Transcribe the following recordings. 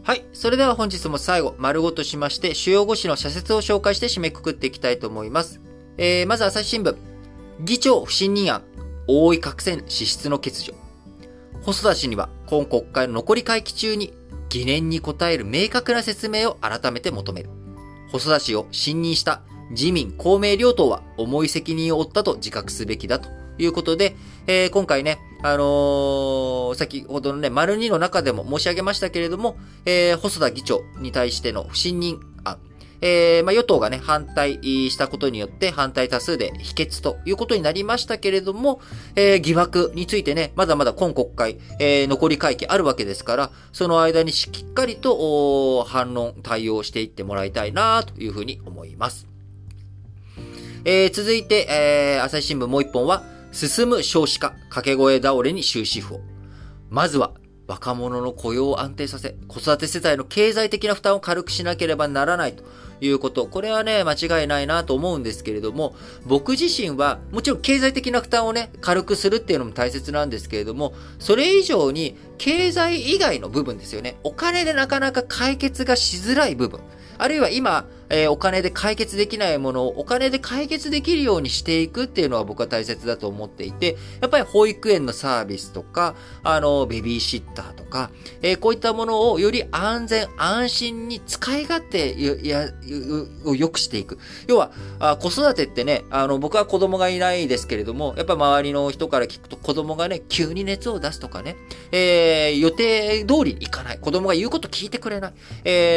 はい。それでは本日も最後、丸ごとしまして、主要5紙の社説を紹介して締めくくっていきたいと思います。まず朝日新聞。議長不信任案。大井角線支出の欠如。細田氏には、今国会の残り会期中に、疑念に応える明確な説明を改めて求める。細田氏を信任した自民公明両党は重い責任を負ったと自覚すべきだということで、今回ね、先ほどのね、丸2の中でも申し上げましたけれども、細田議長に対しての不信任案、与党がね、反対したことによって反対多数で否決ということになりましたけれども、疑惑についてね、まだまだ今国会、残り会期あるわけですから、その間にしっかりと反論、対応していってもらいたいなというふうに思います。続いて、朝日新聞もう一本は、進む少子化、掛け声倒れに終止符を。まずは、若者の雇用を安定させ、子育て世帯の経済的な負担を軽くしなければならないということ。これはね、間違いないなと思うんですけれども、僕自身は、もちろん経済的な負担をね、軽くするっていうのも大切なんですけれども、それ以上に、経済以外の部分ですよね。お金でなかなか解決がしづらい部分。あるいは今、お金で解決できないものをお金で解決できるようにしていくっていうのは僕は大切だと思っていて、やっぱり保育園のサービスとか、ベビーシッターとか、こういったものをより安全安心に使い勝手を良くしていく。要は、子育てってね、僕は子供がいないですけれども、やっぱ周りの人から聞くと子供がね、急に熱を出すとかね、予定通りに行かない。子供が言うこと聞いてくれない。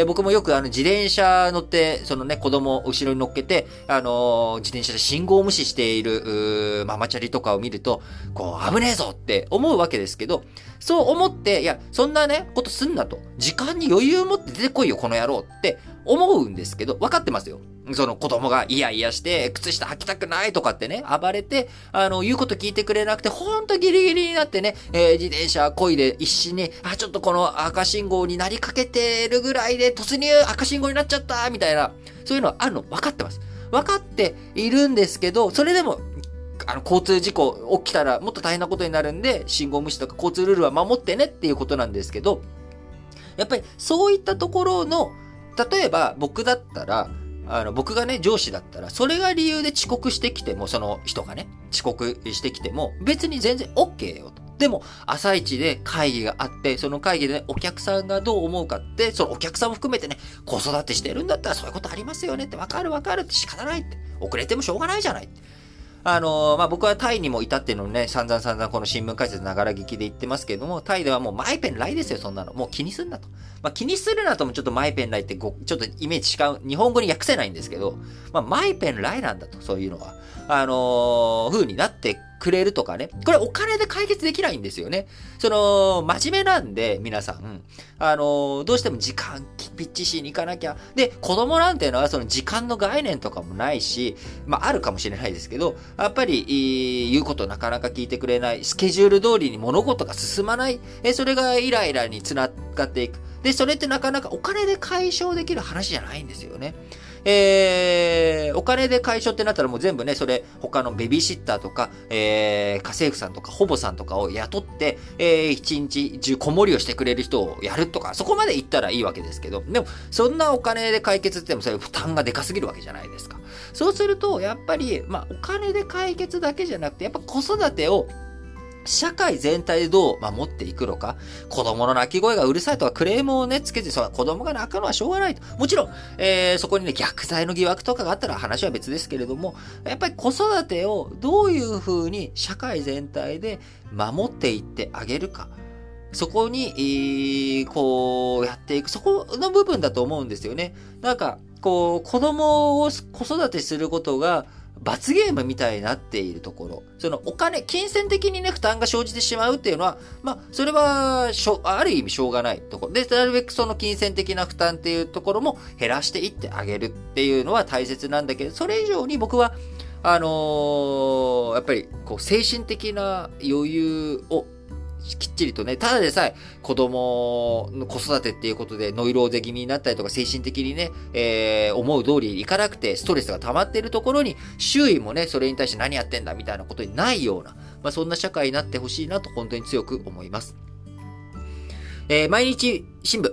僕もよく自転車乗って、そのね、子供を後ろに乗っけて、自転車で信号無視している、ママチャリとかを見ると、こう、危ねえぞって思うわけですけど、そう思って、いや、そんなね、ことすんなと。時間に余裕を持って出てこいよ、この野郎って思うんですけど、分かってますよ。その子供がイヤイヤして、靴下履きたくないとかってね、暴れて、言うこと聞いてくれなくて、ほんとギリギリになってね、自転車漕いで一心に、ちょっとこの赤信号になりかけてるぐらいで突入赤信号になっちゃった、みたいな、そういうのはあるの分かってます。分かっているんですけど、それでも、交通事故起きたらもっと大変なことになるんで、信号無視とか交通ルールは守ってねっていうことなんですけど、やっぱりそういったところの、例えば僕だったら、僕がね、上司だったら、それが理由で遅刻してきても、その人がね、遅刻してきても、別に全然 OK よと。でも、朝一で会議があって、その会議でね、お客さんがどう思うかって、そのお客さんも含めてね、子育てしてるんだったらそういうことありますよねって、わかるって仕方ないって。遅れてもしょうがないじゃないって。僕はタイにもいたっていうのをね、散々この新聞解説ながら聞きで言ってますけれども、タイではもうマイペンライですよ、そんなの。もう気にすんなと。気にするなともちょっとマイペンライってちょっとイメージ違う、日本語に訳せないんですけど、マイペンライなんだと、そういうのは。風になってくれるとかね。これお金で解決できないんですよね。真面目なんで、皆さん。どうしても時間ぴっちしに行かなきゃ。で、子供なんていうのはその時間の概念とかもないし、あるかもしれないですけど、やっぱり、言うことなかなか聞いてくれない、スケジュール通りに物事が進まない、それがイライラにつながっていく。で、それってなかなかお金で解消できる話じゃないんですよね。お金で解消ってなったらもう全部ね、それ他のベビーシッターとか、家政婦さんとか保母さんとかを雇って、一日中子守りをしてくれる人をやるとか、そこまで行ったらいいわけですけど、でも、そんなお金で解決って言ってもそういう負担がでかすぎるわけじゃないですか。そうすると、やっぱり、お金で解決だけじゃなくて、やっぱ子育てを社会全体でどう守っていくのか。子供の泣き声がうるさいとかクレームをね、つけて、子供が泣くのはしょうがないと。もちろん、そこにね、虐待の疑惑とかがあったら話は別ですけれども、やっぱり子育てをどういう風に社会全体で守っていってあげるか。そこに、こうやっていく、そこの部分だと思うんですよね。なんか、子供を子育てすることが、罰ゲームみたいになっているところ。そのお金、金銭的にね、負担が生じてしまうっていうのは、それは、ある意味しょうがないところ。で、なるべくその金銭的な負担っていうところも減らしていってあげるっていうのは大切なんだけど、それ以上に僕は、やっぱり、精神的な余裕をきっちりとね、ただでさえ子供の子育てっていうことでノイローゼ気味になったりとか精神的にね、思う通りいかなくてストレスが溜まっているところに周囲もね、それに対して何やってんだみたいなことにないような、そんな社会になってほしいなと本当に強く思います。毎日新聞。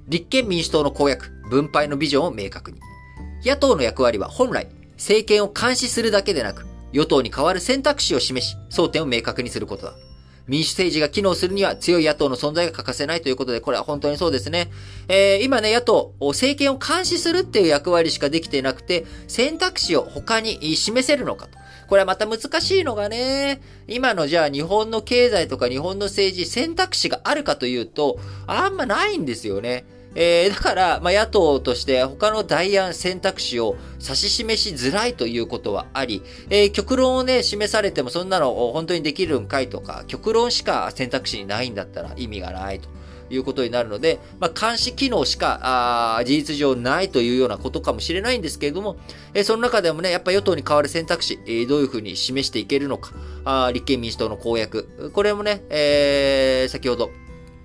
立憲民主党の公約、分配のビジョンを明確に。野党の役割は本来、政権を監視するだけでなく、与党に代わる選択肢を示し、争点を明確にすることだ。民主政治が機能するには強い野党の存在が欠かせないということで、これは本当にそうですね。今ね、野党、政権を監視するっていう役割しかできていなくて、選択肢を他に示せるのかと。これはまた難しいのがね、今のじゃあ日本の経済とか日本の政治、選択肢があるかというと、あんまないんですよね。だから、野党として他の代案選択肢を指し示しづらいということはあり、極論をね、示されてもそんなの本当にできるんかいとか、極論しか選択肢にないんだったら意味がないということになるので、監視機能しか、事実上ないというようなことかもしれないんですけれども、その中でもね、やっぱ与党に代わる選択肢、どういうふうに示していけるのか、立憲民主党の公約、これもね、先ほど、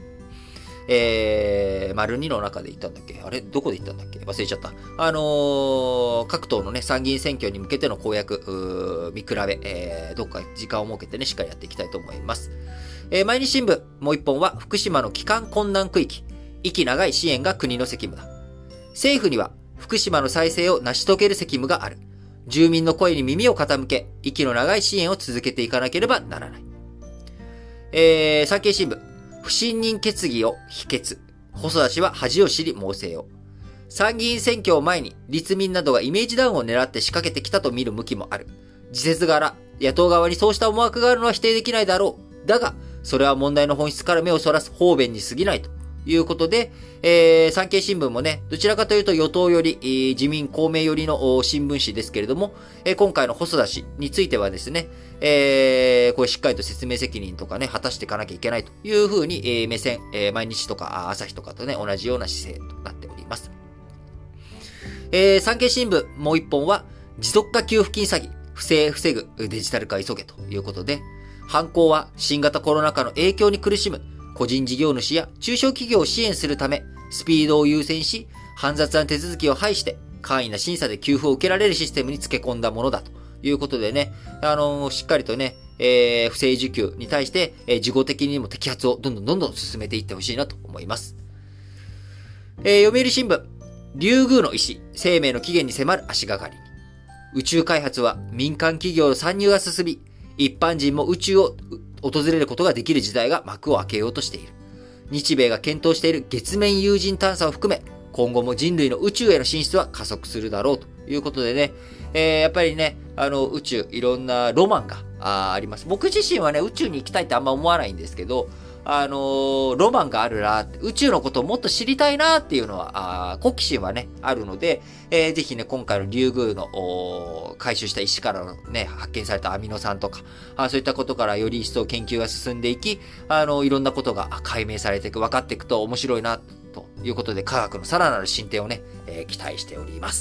丸2の中で言ったんだっけ、あれどこで言ったんだっけ忘れちゃった。各党のね、参議院選挙に向けての公約、見比べ、どっか時間を設けてね、しっかりやっていきたいと思います。毎日新聞、もう一本は、福島の帰還困難区域、息長い支援が国の責務だ。政府には、福島の再生を成し遂げる責務がある。住民の声に耳を傾け、息の長い支援を続けていかなければならない。産経新聞、不信任決議を否決。細田氏は恥を知り猛省を。参議院選挙を前に立民などがイメージダウンを狙って仕掛けてきたと見る向きもある。自説柄、野党側にそうした思惑があるのは否定できないだろう。だが、それは問題の本質から目をそらす方便に過ぎないということで、産経新聞もね、どちらかというと与党より、自民公明よりの新聞紙ですけれども、今回の細田氏についてはですね、これしっかりと説明責任とかね、果たしていかなきゃいけないというふうに、目線、毎日とか朝日とかとね、同じような姿勢となっております。産経新聞もう一本は、持続化給付金詐欺、不正防ぐデジタル化急げということで、犯行は新型コロナ禍の影響に苦しむ個人事業主や中小企業を支援するため、スピードを優先し、煩雑な手続きを排して、簡易な審査で給付を受けられるシステムに付け込んだものだということでね、しっかりとね、不正受給に対して、事後的にも摘発をどんどん進めていってほしいなと思います。読売新聞、リュウグウの意思、生命の起源に迫る足がかりに。宇宙開発は民間企業の参入が進み、一般人も宇宙を訪れることができる時代が幕を開けようとしている。日米が検討している月面有人探査を含め、今後も人類の宇宙への進出は加速するだろうということでね、やっぱりね、宇宙、いろんなロマンがあります。僕自身はね、宇宙に行きたいってあんま思わないんですけど、ロマンがあるな、宇宙のことをもっと知りたいなっていうのは、好奇心はね、あるので、ぜひね、今回のリュウグウの回収した石からのね、発見されたアミノ酸とか、そういったことからより一層研究が進んでいき、いろんなことが解明されていく、分かっていくと面白いな、ということで、科学のさらなる進展をね、期待しております。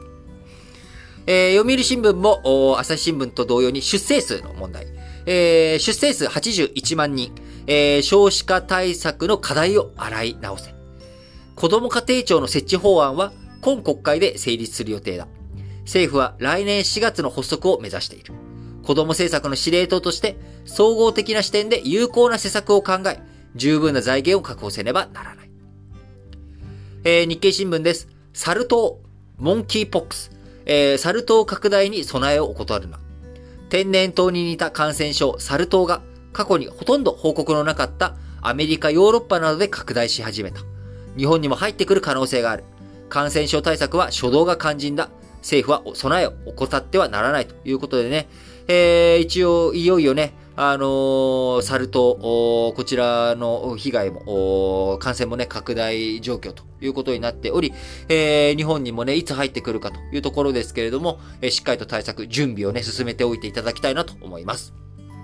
読売新聞も、朝日新聞と同様に出生数の問題。出生数81万人。少子化対策の課題を洗い直せ。子ども家庭庁の設置法案は今国会で成立する予定だ。政府は来年4月の発足を目指している。子ども政策の司令塔として総合的な視点で有効な施策を考え、十分な財源を確保せねばならない。日経新聞です。サル痘、モンキーポックス。サル痘拡大に備えを怠るな。天然痘に似た感染症サル痘が過去にほとんど報告のなかったアメリカ、ヨーロッパなどで拡大し始めた。日本にも入ってくる可能性がある。感染症対策は初動が肝心だ。政府は備えを怠ってはならないということでね、一応いよいよね、サル痘、こちらの被害も、感染もね、拡大状況ということになっており、日本にもね、いつ入ってくるかというところですけれども、しっかりと対策、準備をね、進めておいていただきたいなと思います。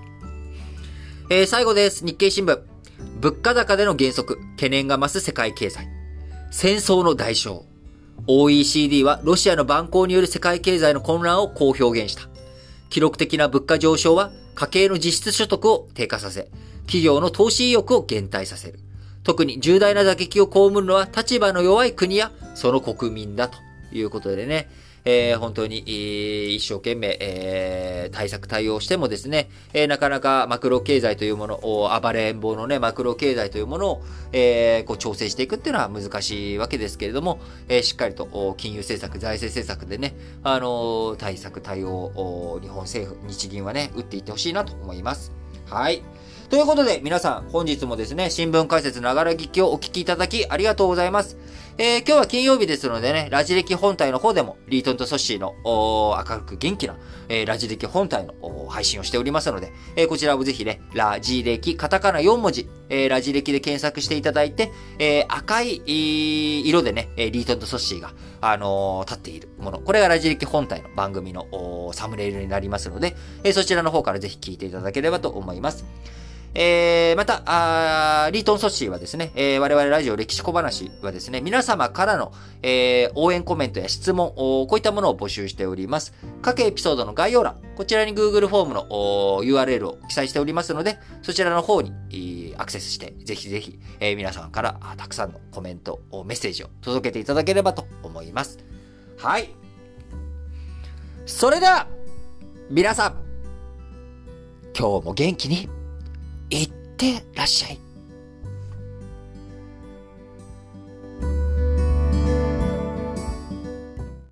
最後です。日経新聞。物価高での減速、懸念が増す世界経済。戦争の代償。OECD はロシアの蛮行による世界経済の混乱をこう表現した。記録的な物価上昇は家計の実質所得を低下させ、企業の投資意欲を減退させる。特に重大な打撃を被るのは立場の弱い国やその国民だということでね。 本当に、一生懸命、対策対応してもですね、なかなかマクロ経済というものを、暴れん坊のね、マクロ経済というものを、こう調整していくっていうのは難しいわけですけれども、しっかりと金融政策、財政政策でね、対策対応を日本政府、日銀はね、打っていってほしいなと思います。はい。ということで、皆さん、本日もですね、新聞解説ながら聞きをお聞きいただきありがとうございます。今日は金曜日ですのでね、ラジ歴本体の方でも、リートンとソッシーの明るく元気な、ラジ歴本体の配信をしておりますので、こちらもぜひね、ラジ歴、カタカナ4文字、ラジ歴で検索していただいて、赤い色でね、リートンとソッシーが、立っているもの。これがラジ歴本体の番組のサムネイルになりますので、そちらの方からぜひ聞いていただければと思います。また、リートンソッシーはですね、我々ラジオ歴史小話はですね、皆様からの、応援コメントや質問、こういったものを募集しております。各エピソードの概要欄、こちらに Google フォームのURL を記載しておりますので、そちらの方にアクセスして、ぜひぜひ、皆さんからたくさんのコメント、メッセージを届けていただければと思います。はい。それでは、皆さん、今日も元気にいってらっしゃい。